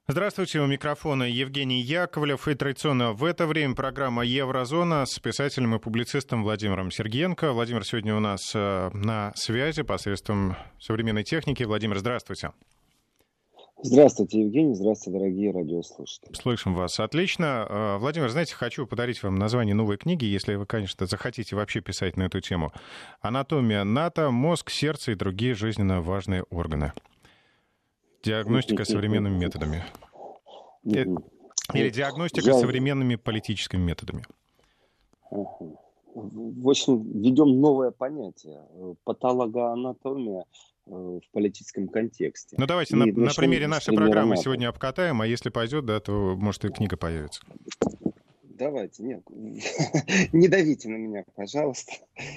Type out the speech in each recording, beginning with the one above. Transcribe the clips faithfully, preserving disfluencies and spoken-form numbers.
Здравствуйте, у микрофона Евгений Яковлев. И традиционно в это время программа «Еврозона» с писателем и публицистом Владимиром Сергеенко. Владимир сегодня у нас на связи посредством современной техники. Владимир, здравствуйте. Здравствуйте, Евгений. Здравствуйте, дорогие радиослушатели. Слышим вас отлично. Владимир, знаете, хочу подарить вам название новой книги, если вы, конечно, захотите вообще писать на эту тему. «Анатомия НАТО. Мозг, сердце и другие жизненно важные органы». Диагностика современными методами. Или диагностика Я... современными политическими методами. В общем, введем новое понятие. Патологоанатомия в политическом контексте. Ну, давайте и на, на примере нашей программы НАТО. Сегодня обкатаем, а если пойдет, да, то, может, и книга появится. Давайте, нет, не давите на меня, пожалуйста.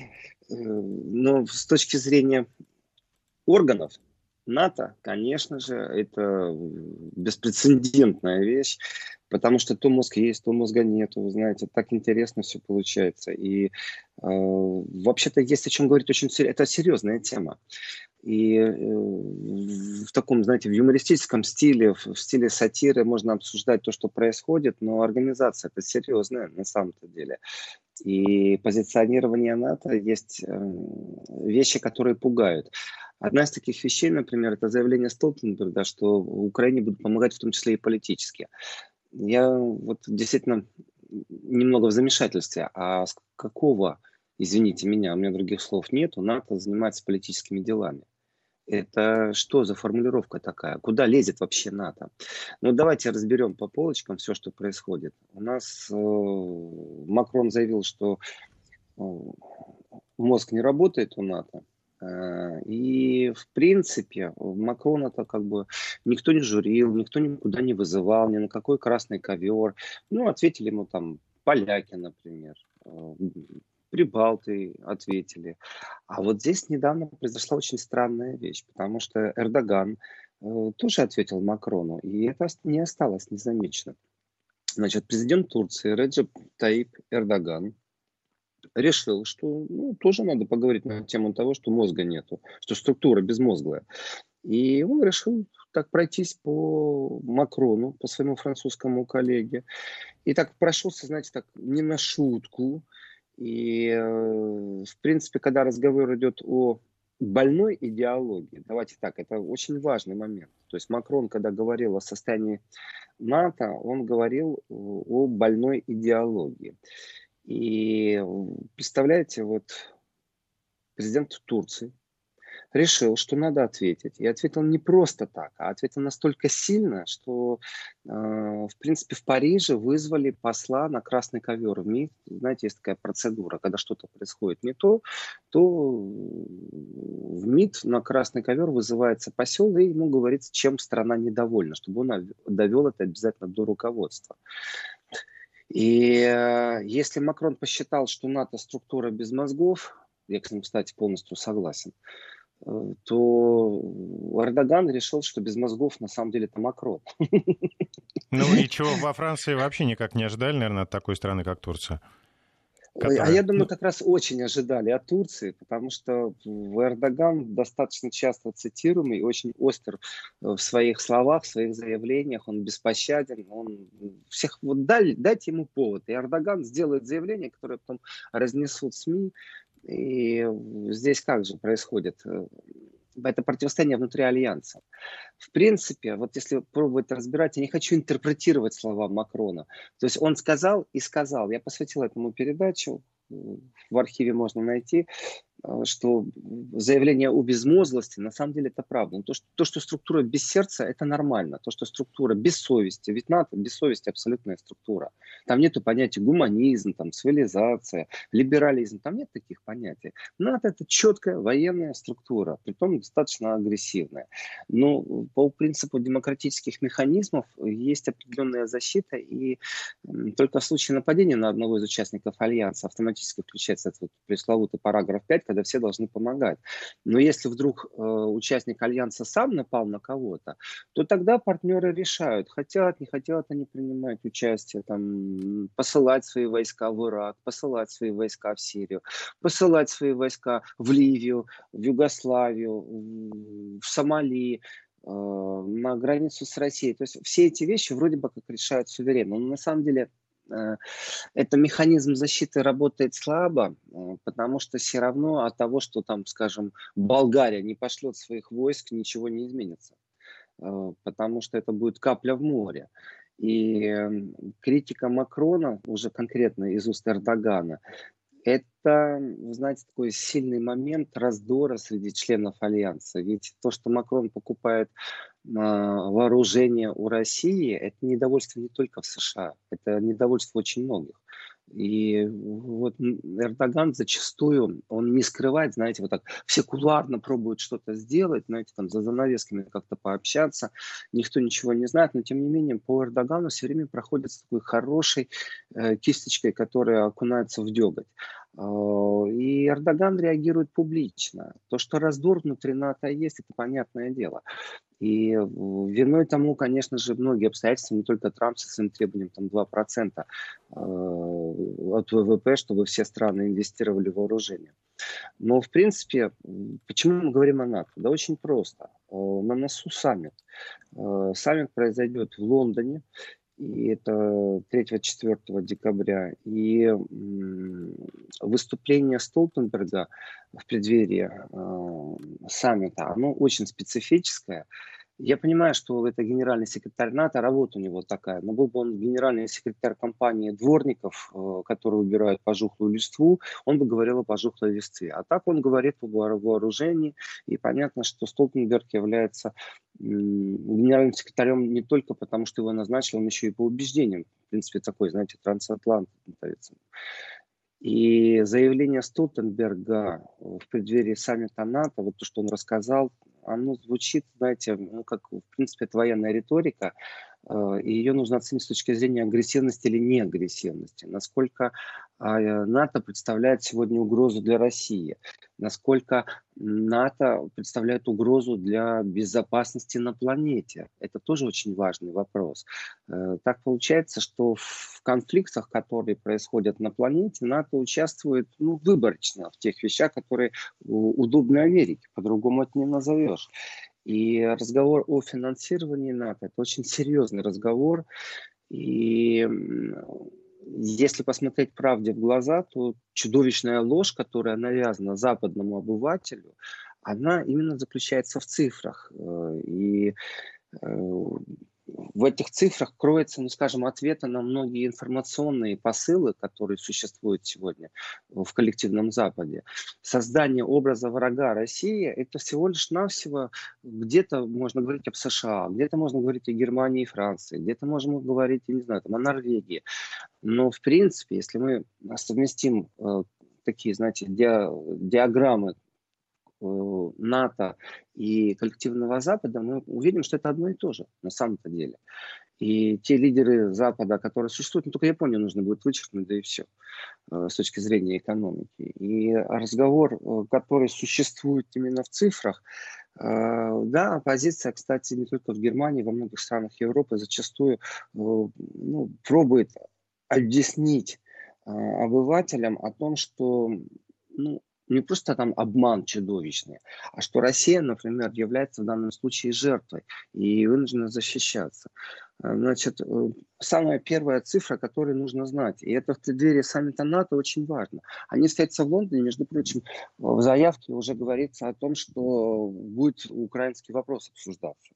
Но с точки зрения органов, НАТО, конечно же, это беспрецедентная вещь, потому что то мозг есть, то мозга нет. Вы знаете, так интересно все получается. И э, вообще-то есть о чем говорить очень серьезно. Это серьезная тема. И э, в таком, знаете, в юмористическом стиле, в стиле сатиры можно обсуждать то, что происходит, но организация это серьезная на самом-то деле. И позиционирование НАТО есть э, вещи, которые пугают. Одна из таких вещей, например, это заявление Столтенберга, что Украине будут помогать в том числе и политически. Я вот действительно немного в замешательстве. А с какого, извините меня, у меня других слов нету, НАТО занимается политическими делами? Это что за формулировка такая? Куда лезет вообще НАТО? Ну, давайте разберем по полочкам все, что происходит. У нас э, Макрон заявил, что э, мозг не работает у НАТО. И, в принципе, Макрона-то как бы никто не журил, никто никуда не вызывал, ни на какой красный ковер. Ну, ответили ему там поляки, например, прибалты ответили. А вот здесь недавно произошла очень странная вещь, потому что Эрдоган тоже ответил Макрону, и это не осталось незамеченным. Значит, президент Турции Реджеп Таип Эрдоган решил, что ну, тоже надо поговорить на тему того, что мозга нету, что структура безмозглая. И он решил так пройтись по Макрону, по своему французскому коллеге. И так прошелся, знаете, так не на шутку. И, э, в принципе, когда разговор идет о больной идеологии, давайте так, это очень важный момент. То есть Макрон, когда говорил о состоянии НАТО, он говорил о больной идеологии. И представляете, вот президент Турции решил, что надо ответить. И ответил не просто так, а ответил настолько сильно, что, э, в принципе, в Париже вызвали посла на красный ковер. В МИД, знаете, есть такая процедура, когда что-то происходит не то, то в МИД на красный ковер вызывается посел, и ему говорится, чем страна недовольна, чтобы он довел это обязательно до руководства. И э, если Макрон посчитал, что НАТО структура без мозгов, я с ним, кстати, полностью согласен, э, то Эрдоган решил, что без мозгов на самом деле это Макрон. Ну и чего во Франции вообще никак не ожидали, наверное, от такой страны, как Турция? Которая... А я думаю, как раз очень ожидали от Турции, потому что Эрдоган достаточно часто цитируемый, очень остр в своих словах, в своих заявлениях, он беспощаден, он всех вот дали, дайте ему повод, и Эрдоган сделает заявление, которое потом разнесут СМИ, и здесь как же происходит? Это противостояние внутри альянса. В принципе, вот если пробовать разбирать, я не хочу интерпретировать слова Макрона. То есть он сказал и сказал. Я посвятил этому передачу, в архиве можно найти, что заявление о безмозглости, на самом деле это правда. Но то, что, то, что структура без сердца, это нормально. То, что структура без совести, ведь НАТО без совести абсолютная структура. Там нету понятия гуманизм, там, цивилизация, либерализм, там нет таких понятий. НАТО это четкая военная структура, притом достаточно агрессивная. Но по принципу демократических механизмов есть определенная защита, и только в случае нападения на одного из участников альянса автоматически включается этот вот пресловутый параграф пять, когда все должны помогать. Но если вдруг э, участник альянса сам напал на кого-то, то тогда партнеры решают, хотят, не хотят они принимать участие, там, посылать свои войска в Ирак, посылать свои войска в Сирию, посылать свои войска в Ливию, в Югославию, в Сомали, э, на границу с Россией. То есть все эти вещи вроде бы как решают суверенно. Но на самом деле э, это механизм защиты работает слабо, э, потому что все равно от того, что там, скажем, Болгария не пошлет своих войск, ничего не изменится. Э, потому что это будет капля в море. И э, критика Макрона, уже конкретно из уст Эрдогана, это, вы знаете, такой сильный момент раздора среди членов Альянса. Ведь то, что Макрон покупает а, вооружение у России, это недовольство не только в США, это недовольство очень многих. И вот Эрдоган зачастую, он не скрывает, знаете, вот так, все кулуарно пробуют что-то сделать, знаете, там за занавесками как-то пообщаться, никто ничего не знает, но тем не менее по Эрдогану все время проходит с такой хорошей э, кисточкой, которая окунается в деготь. Э, и Эрдоган реагирует публично. То, что раздор внутри НАТО есть, это понятное дело. И виной тому, конечно же, многие обстоятельства, не только Трамп со своим требованием там, два процента э, от ВВП, чтобы все страны инвестировали в вооружение. Но, в принципе, почему мы говорим о НАТО? Да очень просто. Э, На носу саммит. Э, Саммит произойдет в Лондоне, и это третьего-четвёртого декабря. И м, выступление Столтенберга в преддверии э, саммита, оно очень специфическое. Я понимаю, что это генеральный секретарь НАТО, работа у него такая, но был бы он генеральный секретарь компании дворников, э, которые убирают пожухлую листву, он бы говорил о пожухлой листве. А так он говорит о вооружении, и понятно, что Столтенберг является м, генеральным секретарем не только потому, что его назначили, он еще и по убеждениям. В принципе, такой, знаете, трансатлант. И заявление Столтенберга в преддверии саммита НАТО, вот то, что он рассказал, оно звучит, знаете, ну, как, в принципе, это военная риторика, э, и ее нужно оценить с точки зрения агрессивности или неагрессивности. Насколько э, НАТО представляет сегодня угрозу для России, насколько НАТО представляет угрозу для безопасности на планете. Это тоже очень важный вопрос. Э, Так получается, что в конфликтах, которые происходят на планете, НАТО участвует ну, выборочно в тех вещах, которые у- удобны Америке. По-другому это не назовешь. И разговор о финансировании НАТО– это очень серьезный разговор. И м, если посмотреть правде в глаза, то чудовищная ложь, которая навязана западному обывателю, она именно заключается в цифрах. Э, И э, в этих цифрах кроется, ну, скажем, ответы на многие информационные посылы, которые существуют сегодня в коллективном Западе. Создание образа врага России– это всего лишь навсего где-то можно говорить об США, где-то можно говорить о Германии и Франции, где-то можем говорить, я не знаю, там, о Норвегии. Но, в принципе, если мы совместим э, такие, знаете, диа- диаграммы э, НАТО и коллективного Запада, мы увидим, что это одно и то же на самом-то деле. И те лидеры Запада, которые существуют, ну, только Японию нужно будет вычеркнуть, да и все, э, с точки зрения экономики. И разговор, э, который существует именно в цифрах, э, да, оппозиция, кстати, не только в Германии, во многих странах Европы зачастую э, ну, пробует объяснить э, обывателям о том, что ну, не просто там обман чудовищный, а что Россия, например, является в данном случае жертвой и вынуждена защищаться. Э, Значит, э, самая первая цифра, которую нужно знать, и это в преддверии саммита НАТО очень важно. Они встретятся в Лондоне, между прочим, в заявке уже говорится о том, что будет украинский вопрос обсуждаться.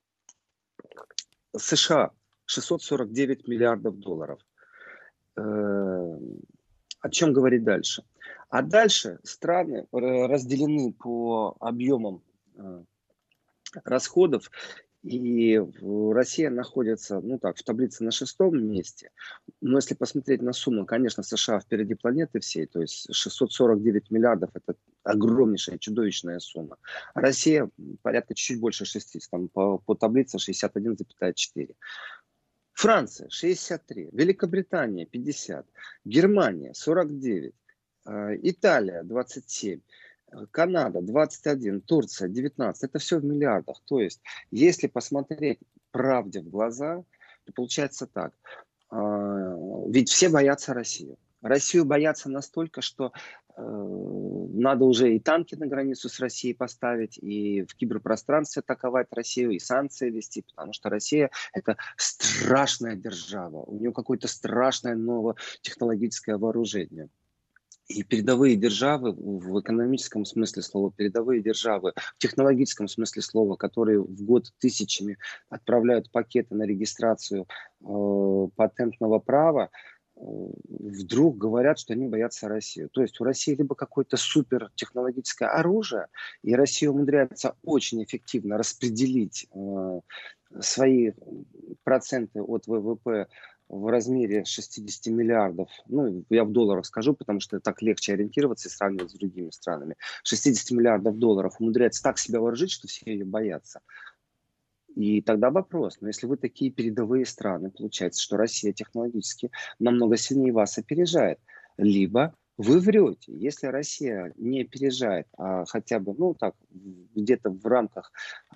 США шестьсот сорок девять миллиардов долларов. Э, О чем говорить дальше? А дальше страны э, разделены по объемам э, расходов, и в- Россия находится, ну так, в таблице на шестом месте. Но если посмотреть на сумму, конечно, США впереди планеты всей, то есть шестьсот сорок девять миллиардов– это огромнейшая, чудовищная сумма. А Россия порядка чуть больше шестидесяти, там по, по таблице шестьдесят один целых четыре. Франция шестьдесят три, Великобритания пятьдесят, Германия сорок девять, э, Италия двадцать семь, э, Канада двадцать один, Турция девятнадцать. Это все в миллиардах. То есть, если посмотреть правде в глаза, то получается так. А, Ведь все боятся Россию. Россию боятся настолько, что э, надо уже и танки на границу с Россией поставить, и в киберпространстве атаковать Россию, и санкции вести, потому что Россия — это страшная держава. У нее какое-то страшное новое технологическое вооружение. И передовые державы в экономическом смысле слова, передовые державы в технологическом смысле слова, которые в год тысячами отправляют пакеты на регистрацию э, патентного права, э, вдруг говорят, что они боятся Россию. То есть у России либо какое-то супертехнологическое оружие, и Россия умудряется очень эффективно распределить э, свои проценты от ВВП в размере шестьдесят миллиардов, ну, я в долларах скажу, потому что так легче ориентироваться и сравнивать с другими странами, шестьдесят миллиардов долларов умудряется так себя вооружить, что все ее боятся. И тогда вопрос, но если вы такие передовые страны, получается, что Россия технологически намного сильнее вас опережает, либо вы врете. Если Россия не опережает, а хотя бы, ну так, где-то в рамках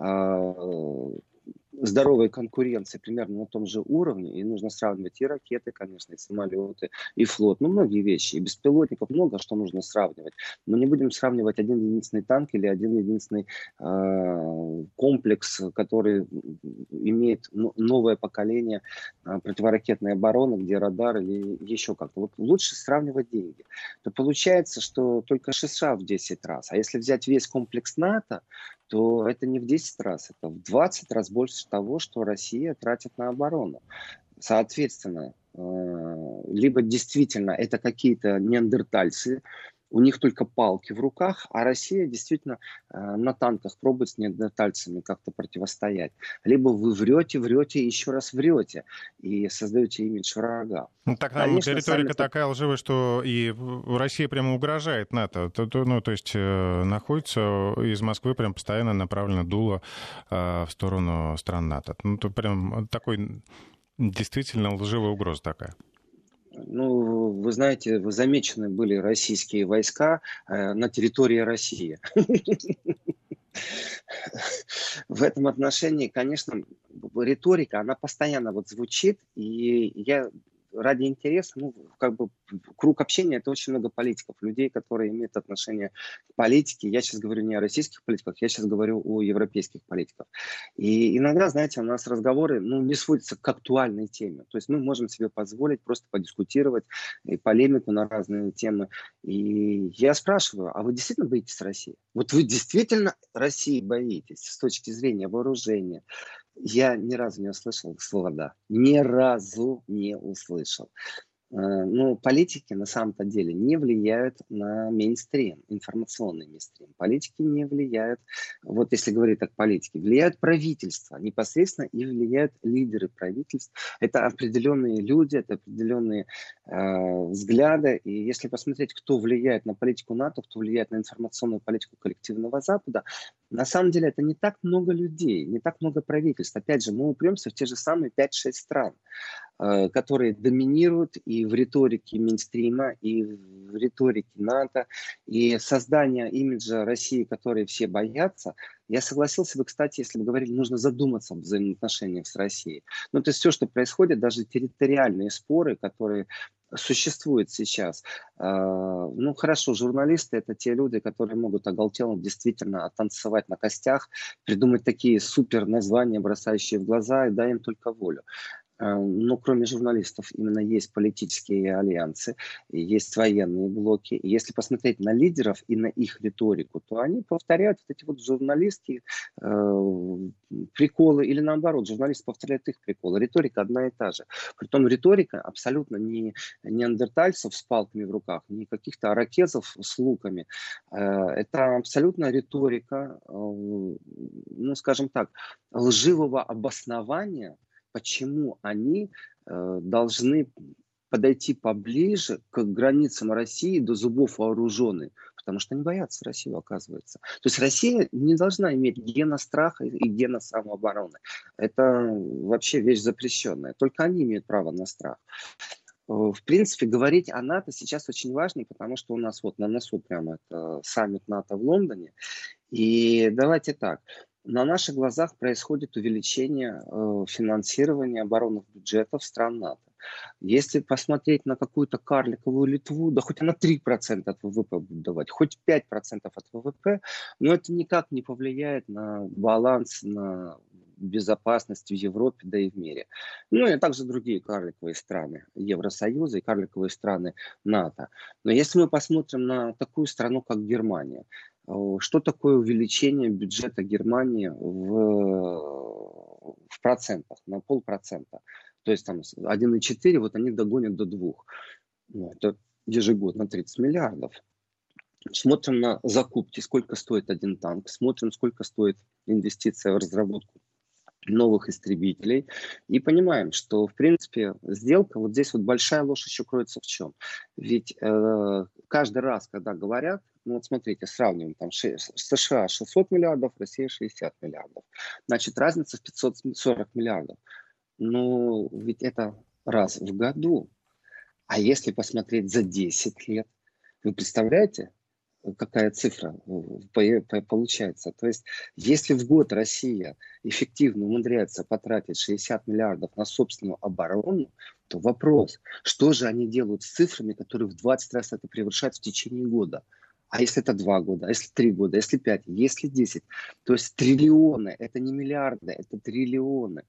э, здоровой конкуренции примерно на том же уровне, и нужно сравнивать и ракеты, конечно, и самолеты, и флот, ну, многие вещи, и беспилотников, много что нужно сравнивать. Но не будем сравнивать один единственный танк или один единственный э, комплекс, который имеет ну, новое поколение э, противоракетной обороны, где радар или еще как-то. Вот лучше сравнивать деньги. То получается, что только США в десять раз. А если взять весь комплекс НАТО, то это не в десять раз, это в двадцать раз больше того, что Россия тратит на оборону. Соответственно, либо действительно это какие-то неандертальцы, у них только палки в руках, а Россия действительно на танках пробует с неандертальцами как-то противостоять. Либо вы врете, врете и еще раз врете, и создаете имидж врага. Ну, так там Конечно, риторика сами... такая лживая, что и Россия прямо угрожает НАТО. Ну, то есть э, находится из Москвы прям постоянно направлено дуло э, в сторону стран НАТО. Ну, то прям такой действительно лживая угроза такая. Ну, вы знаете, вы замечены были российские войска э, на территории России. В этом отношении, конечно, риторика, она постоянно вот звучит, и я ради интереса, ну, как бы круг общения — это очень много политиков, людей, которые имеют отношение к политике. Я сейчас говорю не о российских политиках, я сейчас говорю о европейских политиках. И иногда, знаете, у нас разговоры, ну, не сводятся к актуальной теме. То есть мы можем себе позволить просто подискутировать и полемику на разные темы. И я спрашиваю, а вы действительно боитесь России? Вот вы действительно России боитесь с точки зрения вооружения? Я ни разу не услышал слова «да». Ни разу не услышал. Ну, политики на самом-то деле не влияют на мейнстрим, информационный мейнстрим. Политики не влияют, вот если говорить так, политики, влияют правительства непосредственно и влияют лидеры правительств. Это определенные люди, это определенные э, взгляды. И если посмотреть, кто влияет на политику НАТО, кто влияет на информационную политику коллективного Запада, на самом деле это не так много людей, не так много правительств. Опять же, мы упремся в те же самые пять-шесть стран, которые доминируют и в риторике мейнстрима, и в риторике НАТО, и создание имиджа России, который все боятся. Я согласился бы, кстати, если бы говорили, нужно задуматься об взаимоотношениях с Россией. Ну, то есть все, что происходит, даже территориальные споры, которые существуют сейчас. Ну, хорошо, журналисты — это те люди, которые могут оголтело действительно танцевать на костях, придумать такие супер названия, бросающие в глаза, и дай им только волю. Но кроме журналистов именно есть политические альянсы, есть военные блоки. И если посмотреть на лидеров и на их риторику, то они повторяют вот эти вот журналистские э, приколы, или наоборот, журналисты повторяют их приколы. Риторика одна и та же. Притом риторика абсолютно не неандертальцев с палками в руках, не каких-то ракезов с луками. Э, это абсолютно риторика, э, ну, скажем так, лживого обоснования, почему они э, должны подойти поближе к границам России до зубов вооруженные. Потому что они боятся Россию, оказывается. То есть Россия не должна иметь гена страха и гена самообороны. Это вообще вещь запрещенная. Только они имеют право на страх. В принципе, говорить о НАТО сейчас очень важно, потому что у нас вот на носу прямо это саммит НАТО в Лондоне. И давайте так. На наших глазах происходит увеличение э, финансирования оборонных бюджетов стран НАТО. Если посмотреть на какую-то карликовую Литву, да хоть она три процента от ВВП будет давать, хоть пять процентов от ВВП, но это никак не повлияет на баланс, на безопасность в Европе, да и в мире. Ну и также другие карликовые страны Евросоюза и карликовые страны НАТО. Но если мы посмотрим на такую страну, как Германия, э, что такое увеличение бюджета Германии в, в процентах, на полпроцента? То есть там один и четыре, вот они догонят до двух. Ну, это ежегодно тридцать миллиардов. Смотрим на закупки, сколько стоит один танк, смотрим, сколько стоит инвестиция в разработку новых истребителей, и понимаем, что, в принципе, сделка, вот здесь вот большая ложь еще кроется в чем. Ведь э, каждый раз, когда говорят, ну вот смотрите, сравниваем, там США шестьсот миллиардов, Россия шестьдесят миллиардов, значит, разница в пятьсот сорок миллиардов. Ну, ведь это раз в году. А если посмотреть за десять лет, вы представляете, какая цифра получается? То есть, если в год Россия эффективно умудряется потратить шестьдесят миллиардов на собственную оборону, то вопрос, что же они делают с цифрами, которые в двадцать раз это превышают в течение года? А если это два года, а если три года, а если пять, если десять? То есть триллионы, это не миллиарды, это триллионы.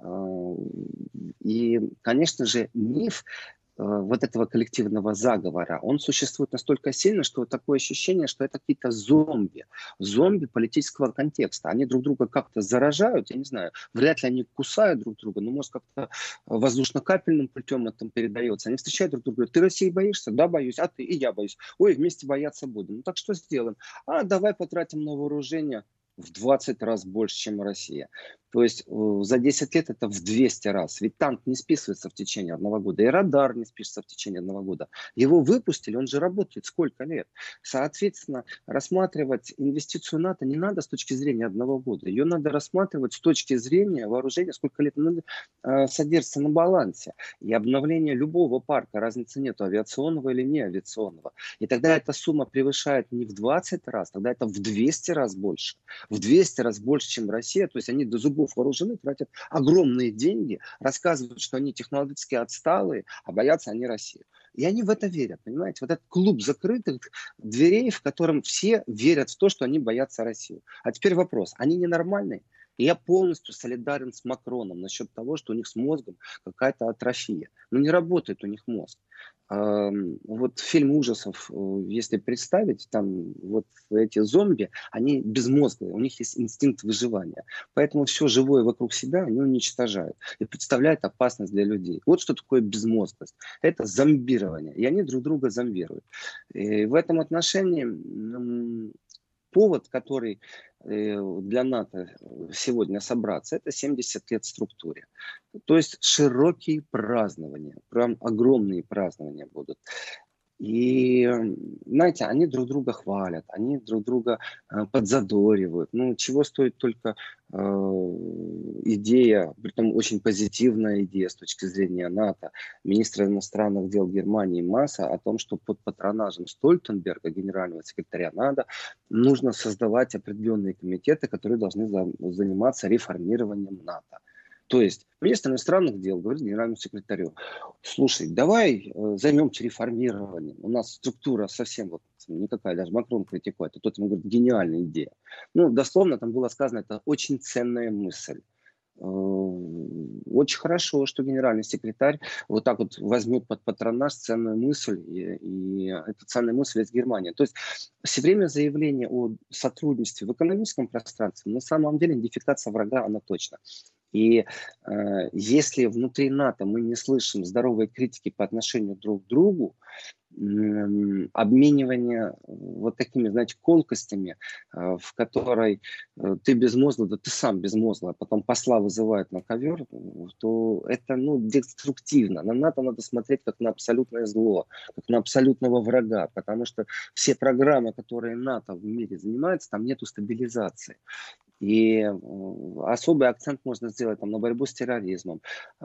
И, конечно же, миф вот этого коллективного заговора, он существует настолько сильно, что такое ощущение, что это какие-то зомби, зомби политического контекста. Они друг друга как-то заражают, я не знаю, вряд ли они кусают друг друга, но может как-то воздушно-капельным путем это передается. Они встречают друг друга, ты России боишься? Да, боюсь, а ты? И я боюсь. Ой, вместе бояться будем. Ну так что сделаем? А давай потратим на вооружение в двадцать раз больше, чем Россия. То есть за десять лет это в двести раз. Ведь танк не списывается в течение одного года, и радар не списывается в течение одного года. Его выпустили, он же работает сколько лет. Соответственно, рассматривать инвестицию НАТО не надо с точки зрения одного года. Ее надо рассматривать с точки зрения вооружения, сколько лет надо э, содержится на балансе. И обновление любого парка, разницы нет, авиационного или не авиационного. И тогда эта сумма превышает не в двадцать раз, тогда это в двести раз больше. В двести раз больше, чем Россия. То есть они до зубов вооружены, тратят огромные деньги, рассказывают, что они технологически отсталые, а боятся они России. И они в это верят, понимаете? Вот этот клуб закрытых дверей, в котором все верят в то, что они боятся России. А теперь вопрос, они ненормальные? И я полностью солидарен с Макроном насчет того, что у них с мозгом какая-то атрофия. Но не работает у них мозг. Вот фильм ужасов, если представить, там вот эти зомби, они безмозглые, у них есть инстинкт выживания. Поэтому все живое вокруг себя они уничтожают и представляют опасность для людей. Вот что такое безмозглость. Это зомбирование. И они друг друга зомбируют. И в этом отношении повод, который для НАТО сегодня собраться, это семьдесят лет структуре. То есть широкие празднования, прям огромные празднования будут. И, знаете, они друг друга хвалят, они друг друга э, подзадоривают. Ну, чего стоит только э, идея, притом очень позитивная идея с точки зрения НАТО, министра иностранных дел Германии Масса о том, что под патронажем Стольтенберга, генерального секретаря НАТО, нужно создавать определенные комитеты, которые должны за, заниматься реформированием НАТО. То есть министр иностранных дел говорит генеральному секретарю: слушай, давай э, займемся реформированием. У нас структура совсем вот никакая, даже Макрон критикует. А тот ему говорит: гениальная идея. Ну, дословно там было сказано, это очень ценная мысль. Э, очень хорошо, что генеральный секретарь вот так вот возьмет под патронаж ценную мысль, и, и эта ценная мысль из Германии. То есть все время заявление о сотрудничестве в экономическом пространстве, на самом деле идентификация врага, она точно. И э, если внутри НАТО мы не слышим здоровой критики по отношению друг к другу, э, обменивание вот такими, знаете, колкостями, э, в которой э, ты безмозглый, да ты сам безмозглый, а потом посла вызывают на ковер, то это, ну, деструктивно. На НАТО надо смотреть как на абсолютное зло, как на абсолютного врага, потому что все программы, которые НАТО в мире занимается, там нету стабилизации. И особый акцент можно сделать там, на борьбу с терроризмом,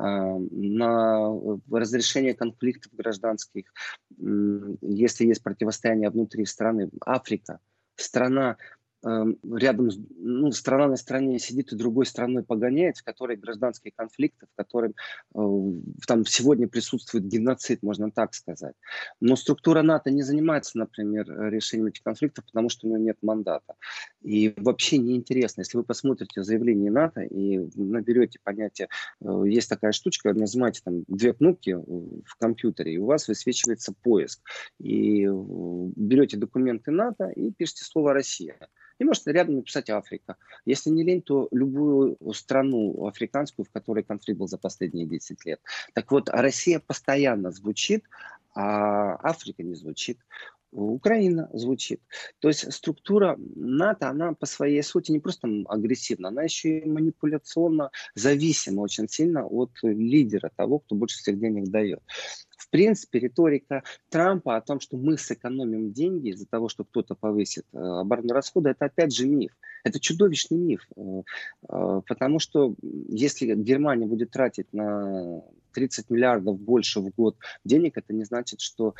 на разрешение конфликтов гражданских, если есть противостояние внутри страны. Африка, страна э, рядом, с- ну, страна на стране сидит и другой страной погоняет, в которой гражданские конфликты, в котором э, там сегодня присутствует геноцид, можно так сказать. Но структура НАТО не занимается, например, решением этих конфликтов, потому что у нее нет мандата. И вообще неинтересно. Если вы посмотрите заявление НАТО и наберете понятие, э, есть такая штучка, нажимаете там две кнопки в компьютере, и у вас высвечивается поиск. И э, берете документы НАТО и пишите слово «Россия». И можете рядом написать «Африка». Если не лень, то любую страну африканскую, в которой конфликт был за последние десять лет. Так вот, Россия постоянно звучит, а Африка не звучит. Украина звучит. То есть структура НАТО, она по своей сути не просто агрессивна, она еще и манипуляционно зависима очень сильно от лидера, того, кто больше всех денег дает. В принципе, риторика Трампа о том, что мы сэкономим деньги из-за того, что кто-то повысит э, оборонные расходы, это опять же миф. Это чудовищный миф. Э, э, потому что если Германия будет тратить на тридцать миллиардов больше в год денег, это не значит, что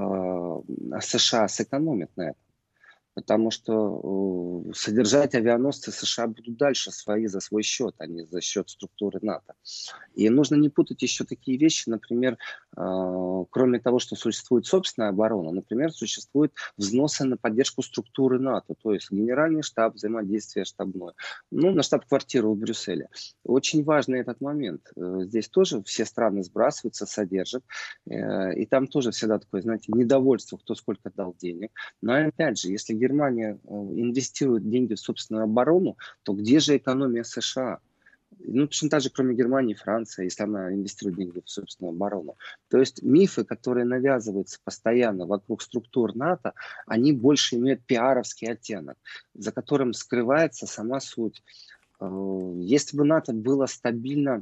э, США сэкономит на этом. Потому что э, содержать авианосцы США будут дальше свои за свой счет, а не за счет структуры НАТО. И нужно не путать еще такие вещи, например, э, кроме того, что существует собственная оборона, например, существуют взносы на поддержку структуры НАТО, то есть генеральный штаб, взаимодействие штабное, ну, на штаб-квартиру в Брюсселе. Очень важный этот момент. Э, Здесь тоже все страны сбрасываются, содержат, э, и там тоже всегда такое, знаете, недовольство, кто сколько дал денег. Но опять же, если Германия э, инвестирует деньги в собственную оборону, то где же экономия США? Ну, точно так же, кроме Германии, Франция, если она инвестирует деньги в собственную оборону. То есть мифы, которые навязываются постоянно вокруг структур НАТО, они больше имеют пиаровский оттенок, за которым скрывается сама суть. Э, Если бы НАТО было стабильно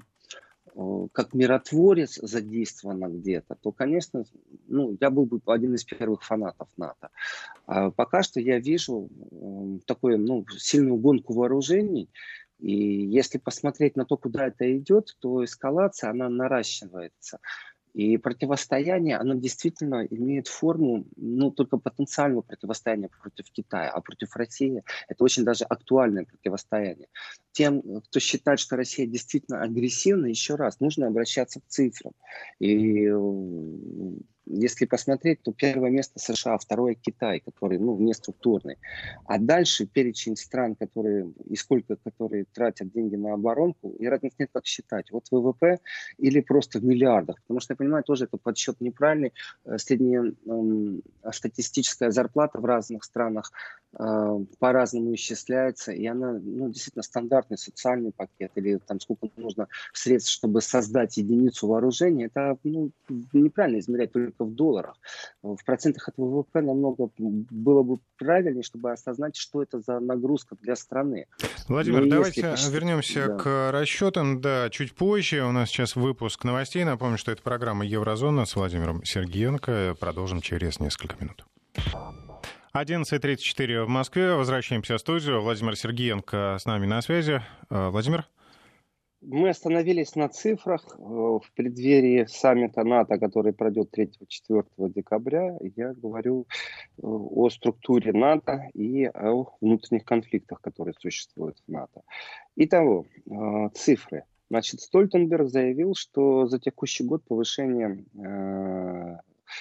э, как миротворец задействовано где-то, то, конечно, ну, я был бы один из первых фанатов НАТО. А пока что я вижу э, такую, ну, сильную гонку вооружений. И если посмотреть на то, куда это идет, то эскалация, она наращивается. И противостояние, оно действительно имеет форму, ну, только потенциального противостояния против Китая, а против России это очень даже актуальное противостояние. Тем, кто считает, что Россия действительно агрессивна, еще раз, нужно обращаться к цифрам. И э, если посмотреть, то первое место США, второе Китай, который, ну, неструктурный. А дальше перечень стран, которые, и сколько, которые тратят деньги на оборонку, и разницы нет, как считать. Вот ВВП или просто в миллиардах. Потому что, я понимаю, тоже это подсчет неправильный. Э, Средняя эм, статистическая зарплата в разных странах э, по-разному исчисляется, и она, ну, действительно стандартный социальный пакет, или там сколько нужно средств, чтобы создать единицу вооружения, это, ну, неправильно измерять только в долларах. В процентах от ВВП намного было бы правильнее, чтобы осознать, что это за нагрузка для страны. Владимир, Но если давайте посчитать- вернемся да. к расчетам. Да, чуть позже. У нас сейчас выпуск новостей. Напомню, что это программа «Еврозона» с Владимиром Сергеенко. Продолжим через несколько минут. одиннадцать тридцать четыре в Москве. Возвращаемся в студию. Владимир Сергеенко с нами на связи. Э, Владимир? Мы остановились на цифрах э, в преддверии саммита НАТО, который пройдет третьего-четвёртого декабря. Я говорю э, о структуре НАТО и о внутренних конфликтах, которые существуют в НАТО. Итого, э, цифры. Значит, Стольтенберг заявил, что за текущий год повышение э,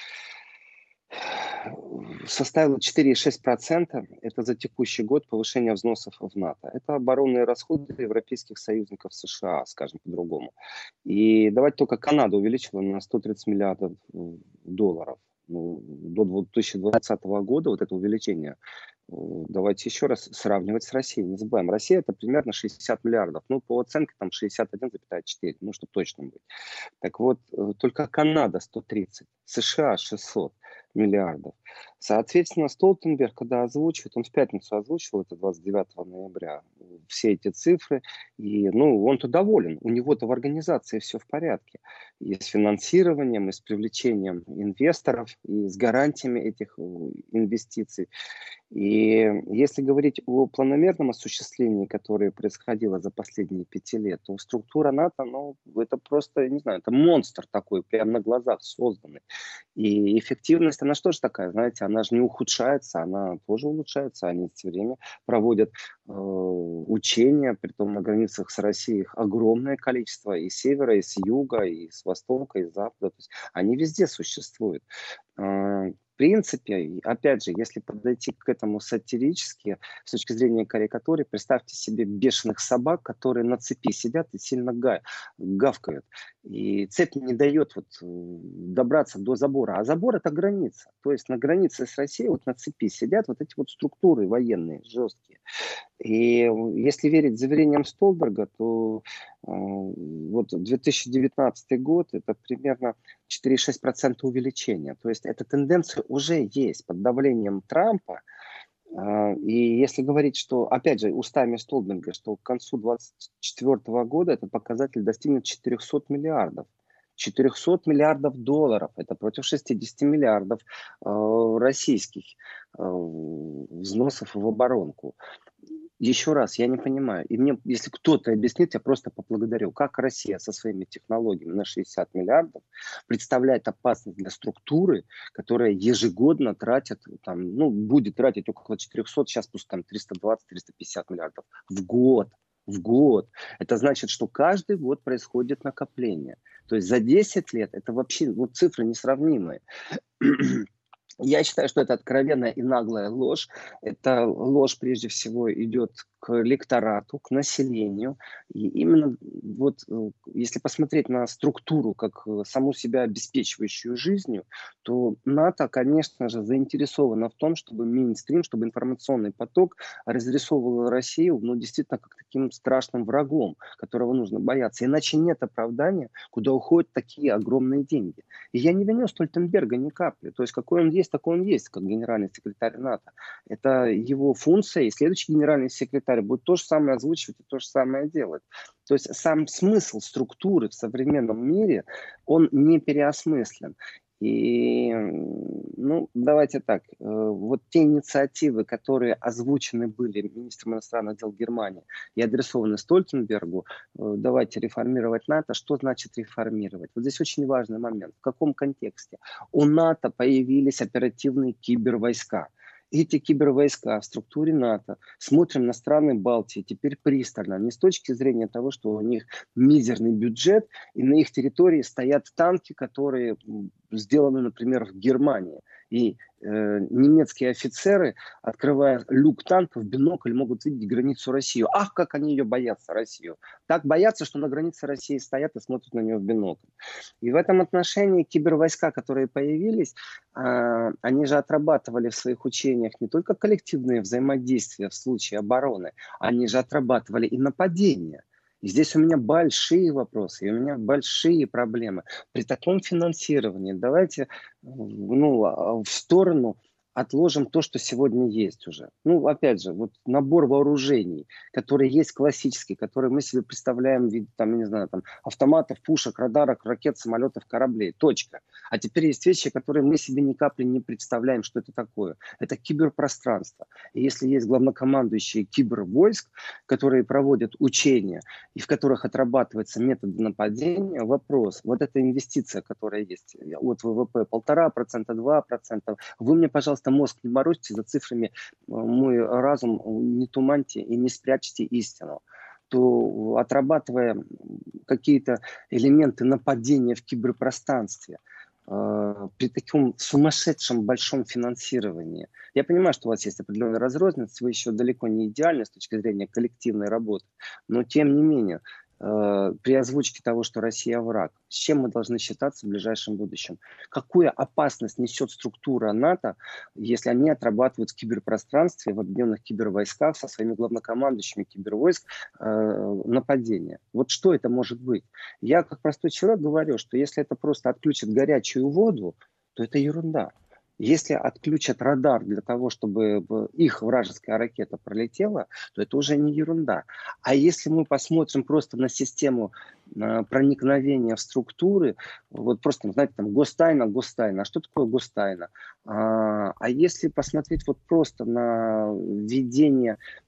составило четыре целых шесть десятых процента. Это за текущий год повышение взносов в НАТО. Это оборонные расходы европейских союзников США, скажем по-другому. И давайте только Канада увеличила на сто тридцать миллиардов долларов. Ну, до две тысячи двадцатого года вот это увеличение. Давайте еще раз сравнивать с Россией. Не забываем, Россия это примерно шестьдесят миллиардов. Ну, по оценке там шестьдесят один целых четыре десятых, ну, чтобы точно быть. Так вот, только Канада сто тридцать, США шестьсот миллиардов. Соответственно, Столтенберг, когда озвучивает, он в пятницу озвучил, это двадцать девятого ноября, все эти цифры, и, ну, он-то доволен, у него-то в организации все в порядке. И с финансированием, и с привлечением инвесторов, и с гарантиями этих инвестиций. И если говорить о планомерном осуществлении, которое происходило за последние пяти лет, то структура НАТО, ну, это просто, не знаю, это монстр такой, прямо на глазах созданный. И эффективность, она что же такая, знаете, она же не ухудшается, она тоже улучшается. Они все время проводят э, учения, притом на границах с Россией их огромное количество, и с севера, и с юга, и с востока, и с запада. То есть они везде существуют. Э, В принципе, опять же, если подойти к этому сатирически, с точки зрения карикатуры, представьте себе бешеных собак, которые на цепи сидят и сильно га- гавкают. И цепь не дает вот э, добраться до забора. А забор — это граница. То есть на границе с Россией вот на цепи сидят вот эти вот структуры военные, жесткие. И если верить заверениям Столберга, то э, вот две тысячи девятнадцатый год — это примерно четыре целых шесть десятых процента увеличения. То есть эта тенденция уже есть под давлением Трампа. А, И если говорить, что, опять же, устами Столберга, что к концу две тысячи двадцать четвёртого года этот показатель достигнет четыреста миллиардов. четыреста миллиардов долларов. Это против шестьдесят миллиардов э, российских э, взносов в оборонку. Еще раз, я не понимаю. И мне, если кто-то объяснит, я просто поблагодарю. Как Россия со своими технологиями на шестьдесят миллиардов представляет опасность для структуры, которая ежегодно тратит, там, ну, будет тратить около четыреста, сейчас пусть там триста двадцать - триста пятьдесят миллиардов в год. В год. Это значит, что каждый год происходит накопление. То есть за десять лет это вообще ну, цифры несравнимые. Я считаю, что это откровенная и наглая ложь. Эта ложь прежде всего идет к электорату, к населению. И именно вот э, если посмотреть на структуру как э, саму себя обеспечивающую жизнью, то НАТО, конечно же, заинтересовано в том, чтобы мейнстрим, чтобы информационный поток разрисовывал Россию, ну, действительно, как таким страшным врагом, которого нужно бояться. Иначе нет оправдания, куда уходят такие огромные деньги. И я не виню Стольтенберга ни капли. То есть какой он есть, такой он есть, как генеральный секретарь НАТО. Это его функция, и следующий генеральный секретарь будет то же самое озвучивать и то же самое делать. То есть сам смысл структуры в современном мире, он не переосмыслен. И, ну, давайте так, э, вот те инициативы, которые озвучены были министром иностранных дел Германии и адресованы Стольтенбергу, э, давайте реформировать НАТО. Что значит реформировать? Вот здесь очень важный момент. В каком контексте? У НАТО появились оперативные кибервойска. Эти кибервойска в структуре НАТО смотрим на страны Балтии теперь пристально, не с точки зрения того, что у них мизерный бюджет, и на их территории стоят танки, которые м, сделаны, например, в Германии. И э, немецкие офицеры, открывая люк танка в бинокль, могут видеть границу России. Ах, как они ее боятся, Россию. Так боятся, что на границе России стоят и смотрят на нее в бинокль. И в этом отношении кибервойска, которые появились, э, они же отрабатывали в своих учениях не только коллективные взаимодействия в случае обороны, они же отрабатывали и нападения. И здесь у меня большие вопросы, и у меня большие проблемы. При таком финансировании давайте ну, а, в сторону отложим то, что сегодня есть уже. Ну, опять же, вот набор вооружений, которые есть классические, которые мы себе представляем в виде, там, я не знаю, там, автоматов, пушек, радаров, ракет, самолетов, кораблей. Точка. А теперь есть вещи, которые мы себе ни капли не представляем, что это такое. Это киберпространство. И если есть главнокомандующие кибервойск, которые проводят учения, и в которых отрабатываются методы нападения, вопрос, вот эта инвестиция, которая есть от ВВП, полтора процента, два процента, вы мне, пожалуйста, мозг не морозьте за цифрами, мой разум не туманьте и не спрячьте истину, то отрабатывая какие-то элементы нападения в киберпространстве, э, при таком сумасшедшем большом финансировании. Я понимаю, что у вас есть определенная разрозненность, вы еще далеко не идеальны с точки зрения коллективной работы, но тем не менее, э, при озвучке того, что Россия враг, с чем мы должны считаться в ближайшем будущем? Какую опасность несет структура НАТО, если они отрабатывают в киберпространстве, в объединенных кибервойсках со своими главнокомандующими кибервойск э, нападения? Вот что это может быть? Я, как простой человек, говорю, что если это просто отключит горячую воду, то это ерунда. Если отключат радар для того, чтобы их вражеская ракета пролетела, то это уже не ерунда. А если мы посмотрим просто на систему э, проникновения в структуры, вот просто, знаете, там гостайна, гостайна. А что такое гостайна? А, а если посмотреть вот просто на введение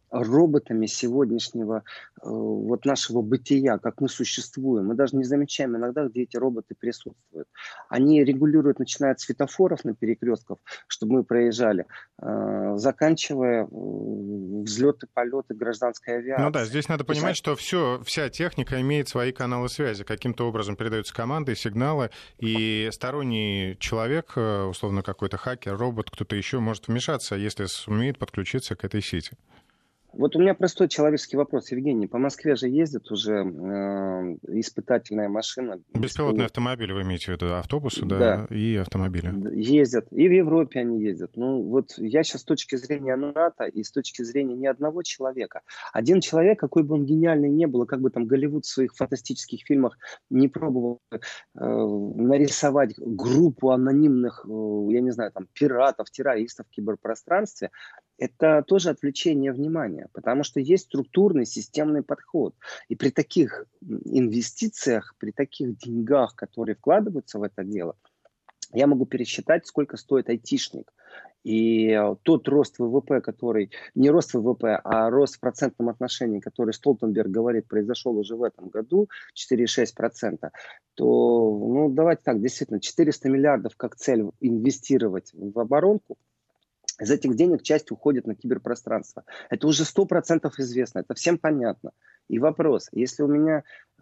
роботами сегодняшнего э, вот нашего бытия, как мы существуем. Мы даже не замечаем иногда, где эти роботы присутствуют. Они регулируют, начиная от светофоров на перекрестках, чтобы мы проезжали, э, заканчивая э, взлеты, полеты гражданской Ну да, авиации. здесь надо То есть, понимать, а, что все, вся техника имеет свои каналы связи. Каким-то образом передаются команды, сигналы, и сторонний человек, э, условно какой-то хакер, робот, кто-то еще может вмешаться, если сумеет подключиться к этой сети. Вот у меня простой человеческий вопрос, Евгений. По Москве же ездит уже э, испытательная машина, Беспилотный беспилотник. автомобиль, вы имеете в виду, автобусы, Да, да, и автомобили. д- ездят. И в Европе они ездят. Ну, вот я сейчас с точки зрения НАТО и с точки зрения ни одного человека. Один человек, какой бы он гениальный ни был, и как бы там Голливуд в своих фантастических фильмах не пробовал э, нарисовать группу анонимных, э, я не знаю, там, пиратов, террористов в киберпространстве, это тоже отвлечение внимания, потому что есть структурный системный подход. И при таких инвестициях, при таких деньгах, которые вкладываются в это дело, я могу пересчитать, сколько стоит айтишник. И э, тот рост ВВП, который, не рост ВВП, а рост в процентном отношении, который Столтенберг говорит, произошел уже в этом году, четыре целых шесть десятых процента, то, ну, давайте так, действительно, четыреста миллиардов как цель инвестировать в оборонку, из этих денег часть уходит на киберпространство. Это уже сто процентов известно, это всем понятно. И вопрос, если у меня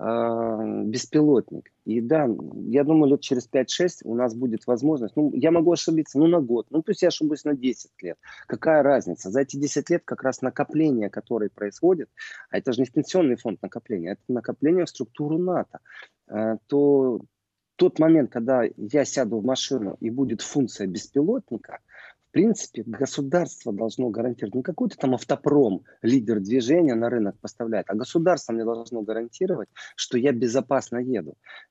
э, беспилотник, и да, я думаю, лет через пять-шесть у нас будет возможность, ну, я могу ошибиться, ну, на год, ну, пусть я ошибусь на десять лет. Какая разница? За эти десять лет как раз накопление, которое происходит, а это же не в пенсионный фонд накопления, это накопление в структуру НАТО, э, то тот момент, когда я сяду в машину и будет функция беспилотника, в принципе, государство должно гарантировать, не какой-то там автопром, лидер движения на рынок поставляет, а государство мне должно гарантировать, что я безопасно еду.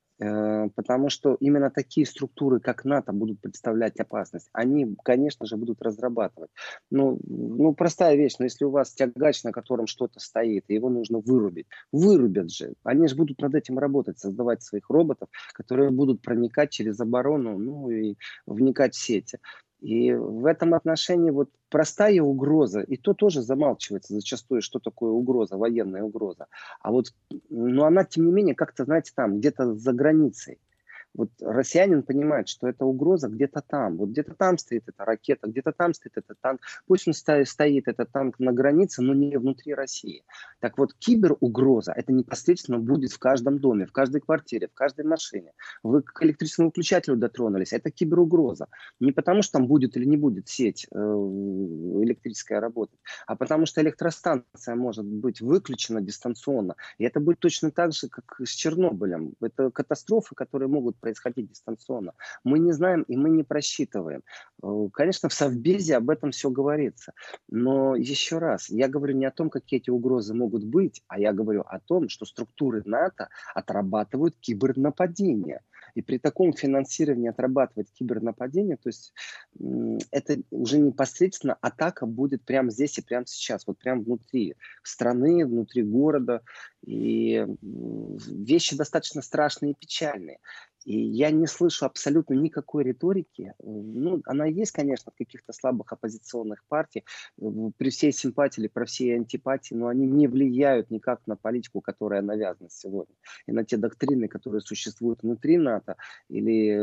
Э, Потому что именно такие структуры, как НАТО, будут представлять опасность. Они, конечно же, будут разрабатывать. Ну, ну, простая вещь, но если у вас тягач, на котором что-то стоит, и его нужно вырубить, вырубят же. Они же будут над этим работать, создавать своих роботов, которые будут проникать через оборону, ну и вникать в сети. И в этом отношении вот простая угроза, и то тоже замалчивается зачастую, что такое угроза, военная угроза. А вот, ну, она, тем не менее, как-то, знаете, там, где-то за границей. Вот россиянин понимает, что эта угроза где-то там. Вот где-то там стоит эта ракета, где-то там стоит этот танк. Пусть он стоит, стоит этот танк на границе, но не внутри России. Так вот, киберугроза, это непосредственно будет в каждом доме, в каждой квартире, в каждой машине. Вы к электрическому выключателю дотронулись, это киберугроза. Не потому, что там будет или не будет сеть э, электрическая работать, а потому что электростанция может быть выключена дистанционно. И это будет точно так же, как с Чернобылем. Это катастрофы, которые могут происходить дистанционно. Мы не знаем и мы не просчитываем. Э, Конечно, в Совбезе об этом все говорится. Но еще раз, я говорю не о том, какие эти угрозы могут быть, а я говорю о том, что структуры НАТО отрабатывают кибернападения. И при таком финансировании отрабатывать кибернападение, то есть м, это уже непосредственно атака будет прямо здесь и прямо сейчас, вот прямо внутри страны, внутри города. И м, вещи достаточно страшные и печальные. И я не слышу абсолютно никакой риторики. Ну, она есть, конечно, в каких-то слабых оппозиционных партий, при всей симпатии или при всей антипатии, но они не влияют никак на политику, которая навязана сегодня, и на те доктрины, которые существуют внутри НАТО или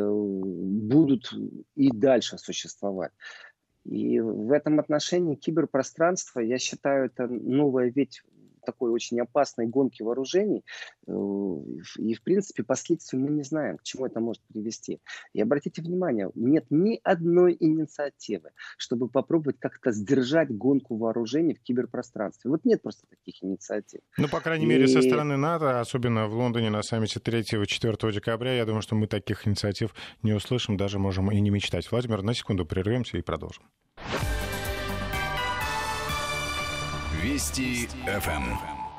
будут и дальше существовать. И в этом отношении киберпространство, я считаю, это новая ветвь такой очень опасной гонки вооружений. Э, И, в принципе, последствий мы не знаем, к чему это может привести. И обратите внимание, нет ни одной инициативы, чтобы попробовать как-то сдержать гонку вооружений в киберпространстве. Вот нет просто таких инициатив. Ну, по крайней мере, со И стороны НАТО, особенно в Лондоне на саммите третьего-четвёртого декабря, я думаю, что мы таких инициатив не услышим, даже можем и не мечтать. Владимир, на секунду прервемся и продолжим. Вести эф эм.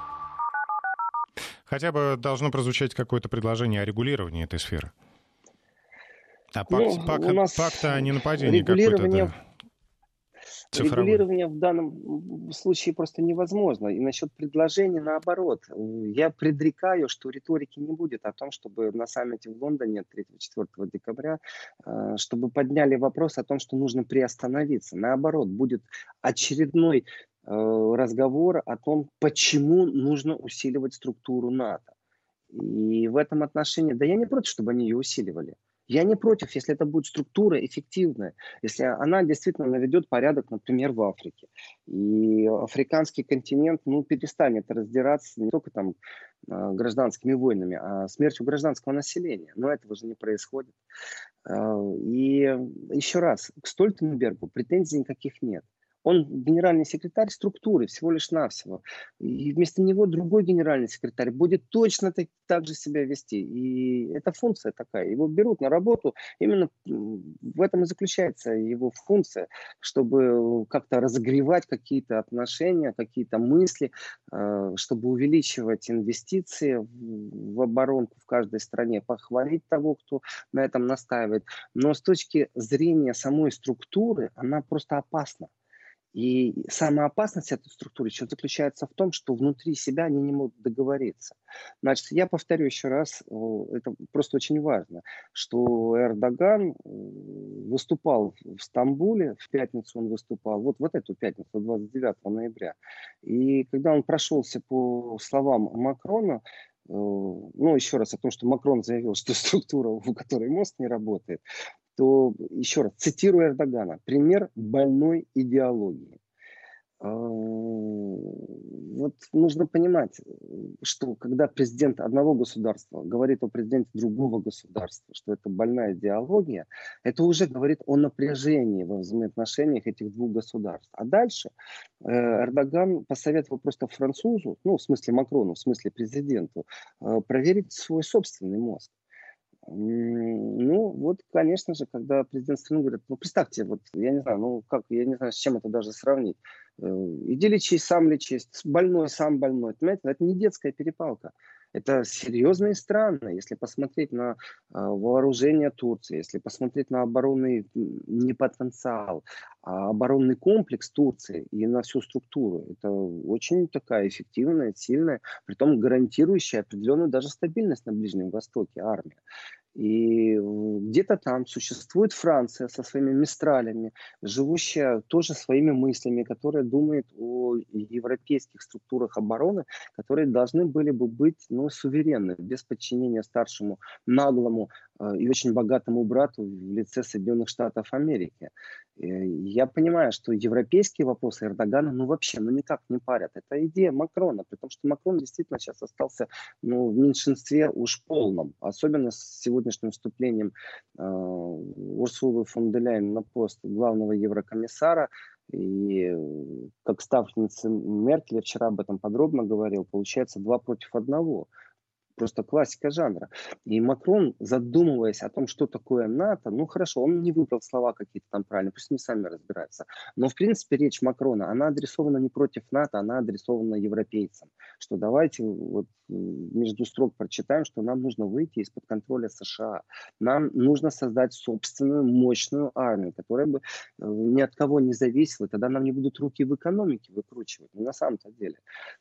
Хотя бы должно прозвучать какое-то предложение о регулировании этой сферы. А ну, пакт, пакт, у нас пакта о ненападении регулирование... какой-то, да, цифровой. Регулирование в данном случае просто невозможно. И насчет предложений, наоборот. Я предрекаю, что риторики не будет о том, чтобы на саммите в Лондоне третьего-четвёртого декабря, э, чтобы подняли вопрос о том, что нужно приостановиться. Наоборот, будет очередной разговор о том, почему нужно усиливать структуру НАТО. И в этом отношении, да я не против, чтобы они ее усиливали. Я не против, если это будет структура эффективная, если она действительно наведет порядок, например, в Африке. И африканский континент, ну, перестанет раздираться не только там а, гражданскими войнами, а смертью гражданского населения. Но этого же не происходит. А, И еще раз, к Стольтенбергу претензий никаких нет. Он генеральный секретарь структуры, всего лишь навсего. И вместо него другой генеральный секретарь будет точно так, так же себя вести. И это функция такая. Его берут на работу. Именно м, в этом и заключается его функция, чтобы как-то разогревать какие-то отношения, какие-то мысли, э, чтобы увеличивать инвестиции в, в оборонку в каждой стране, похвалить того, кто на этом настаивает. Но с точки зрения самой структуры, она просто опасна. И самая опасность этой структуры еще заключается в том, что внутри себя они не могут договориться. Значит, я повторю еще раз, о, это просто очень важно, что Эрдоган э, выступал в Стамбуле, в пятницу он выступал, вот, вот эту пятницу, двадцать девятого ноября. И когда он прошелся по словам Макрона, э, ну, еще раз о том, что Макрон заявил, что структура, у которой мозг не работает, то, еще раз, цитирую Эрдогана, пример больной идеологии. А, Вот нужно понимать, что когда президент одного государства говорит о президенте другого государства, что это больная идеология, это уже говорит о напряжении во взаимоотношениях этих двух государств. А дальше э, Эрдоган посоветовал просто французу, ну, в смысле Макрону, в смысле президенту, э, проверить свой собственный мозг. М, Ну, вот, конечно же, когда президент страны говорит, ну, представьте, вот, я не знаю, ну, как, я не знаю, с чем это даже сравнить. Э, Иди лечись, сам лечись, с- больной, сам больной. Понимаете, это не детская перепалка. Это серьезные страны. Если посмотреть на а, вооружение Турции, если посмотреть на оборонный м, не потенциал, а оборонный комплекс Турции и на всю структуру, это очень такая эффективная, сильная, притом гарантирующая определенную даже стабильность на Ближнем Востоке армия. И э, где-то там существует Франция со своими мистралями, живущая тоже своими мыслями, которая думает о европейских структурах обороны, которые должны были бы быть, ну, суверенны, без подчинения старшему наглому э, и очень богатому брату в лице Соединенных Штатов Америки. Э, Я понимаю, что европейские вопросы Эрдогана, ну, вообще, ну, никак не парят. Это идея Макрона, потому что Макрон действительно сейчас остался, ну, в меньшинстве уж полном, особенно с сегодняшним вступлением э, Урсулы фон дер Ляйен на пост главного еврокомиссара. И э, как ставленница Меркель, я вчера об этом подробно говорил, получается два против одного. Просто классика жанра. И Макрон, задумываясь о том, что такое НАТО, ну хорошо, он не выбрал слова какие-то там правильные, пусть они сами разбираются. Но в принципе речь Макрона, она адресована не против НАТО, она адресована европейцам. Что давайте вот между строк прочитаем, что нам нужно выйти из-под контроля США. Нам нужно создать собственную мощную армию, которая бы э, ни от кого не зависела. Тогда нам не будут руки в экономике выкручивать. Ну, на самом-то деле.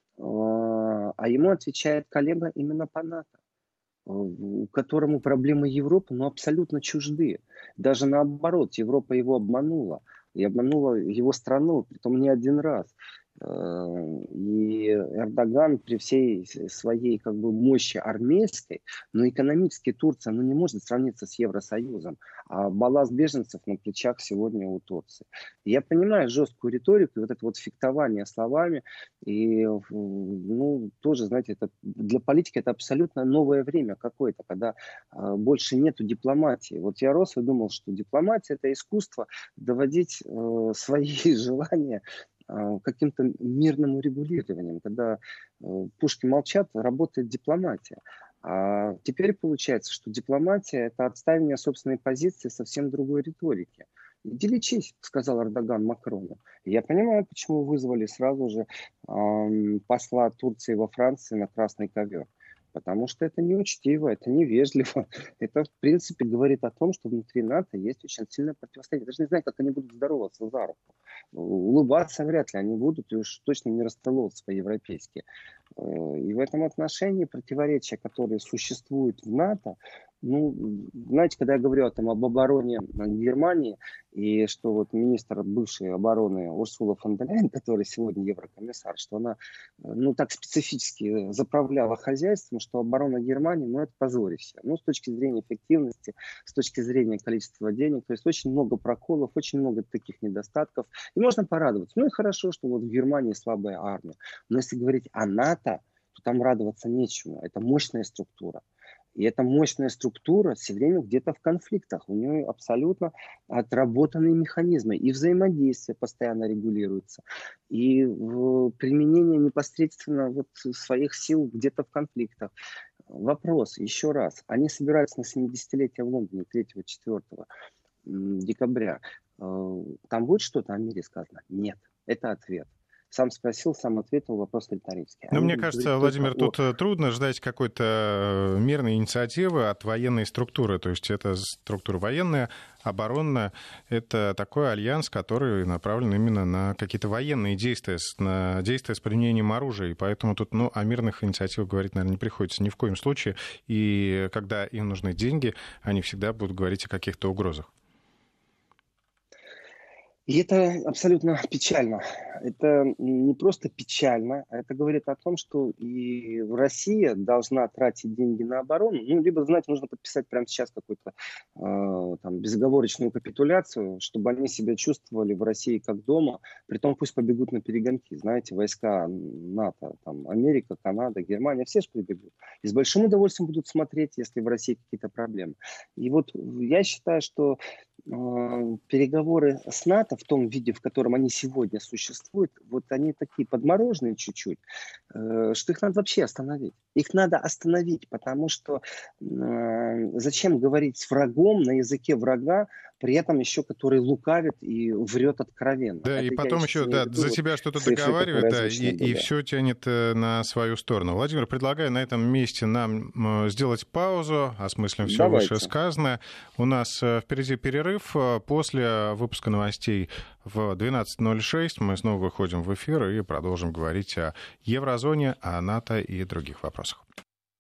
А а ему отвечает коллега именно по НАТО, у которому проблемы Европы, ну, абсолютно чужды. Даже наоборот, Европа его обманула. И обманула его страну, притом не один раз. Э, И Эрдоган при всей своей как бы мощи армейской, но экономически Турция ну, не может сравниться с Евросоюзом. А балласт беженцев на плечах сегодня у Турции. Я понимаю жесткую риторику, и вот это вот фехтование словами, и, ну, тоже, знаете, это, для политики это абсолютно новое время какое-то, когда а, больше нету дипломатии. Вот я рос и думал, что дипломатия – это искусство доводить э, свои желания э, каким-то мирным урегулированием. Когда э, пушки молчат, работает дипломатия. А теперь получается, что дипломатия – это отстаивание собственной позиции совсем другой риторики. Иди лечись, сказал Эрдоган Макрону. Я понимаю, почему вызвали сразу же эм, посла Турции во Франции на красный ковер. Потому что это неучтиво, это невежливо. Это, в принципе, говорит о том, что внутри НАТО есть очень сильное противостояние. Даже не знаю, как они будут здороваться за руку. Улыбаться вряд ли они будут, и уж точно не расцеловываться по-европейски. И в этом отношении противоречия, которые существуют в НАТО, ну, знаете, когда я говорю там, об обороне Германии, и что вот министр бывшей обороны Урсула фон дер Ляйен, которая сегодня еврокомиссар, что она, ну, так специфически заправляла хозяйством, что оборона Германии, ну, это позорище. Ну, с точки зрения эффективности, с точки зрения количества денег, то есть очень много проколов, очень много таких недостатков. И можно порадоваться. Ну, и хорошо, что вот в Германии слабая армия. Но если говорить о НАТО, то там радоваться нечему. Это мощная структура. И эта мощная структура все время где-то в конфликтах. У нее абсолютно отработанные механизмы. И взаимодействие постоянно регулируется. И применение непосредственно вот своих сил где-то в конфликтах. Вопрос еще раз. Они собираются на семидесятилетие в Лондоне третьего-четвёртого декабря. Там будет что-то о мире сказано? Нет. Это ответ. Сам спросил, сам ответил, вопрос риторический. Ну, мне кажется, Владимир, тут о... трудно ждать какой-то мирной инициативы от военной структуры. То есть это структура военная, оборонная. Это такой альянс, который направлен именно на какие-то военные действия, на действия с применением оружия. И поэтому тут ну, о мирных инициативах говорить, наверное, не приходится ни в коем случае. И когда им нужны деньги, они всегда будут говорить о каких-то угрозах. И это абсолютно печально. Это не просто печально, а это говорит о том, что и Россия должна тратить деньги на оборону. Ну, либо, знаете, нужно подписать прямо сейчас какую-то э, там, безоговорочную капитуляцию, чтобы они себя чувствовали в России как дома. Притом пусть побегут на перегонки. Знаете, войска НАТО, там, Америка, Канада, Германия, все же прибегут. И с большим удовольствием будут смотреть, если в России какие-то проблемы. И вот я считаю, что переговоры с НАТО в том виде, в котором они сегодня существуют, вот они такие подмороженные чуть-чуть, что их надо вообще остановить. Их надо остановить, потому что зачем говорить с врагом на языке врага, при этом еще который лукавит и врет откровенно. Да, это и потом еще да, за себя что-то договаривает, да, и, и все тянет на свою сторону. Владимир, предлагаю на этом месте нам сделать паузу, осмыслим все вышесказанное. У нас впереди перерыв. После выпуска новостей в двенадцать ноль шесть мы снова выходим в эфир и продолжим говорить о еврозоне, о НАТО и других вопросах.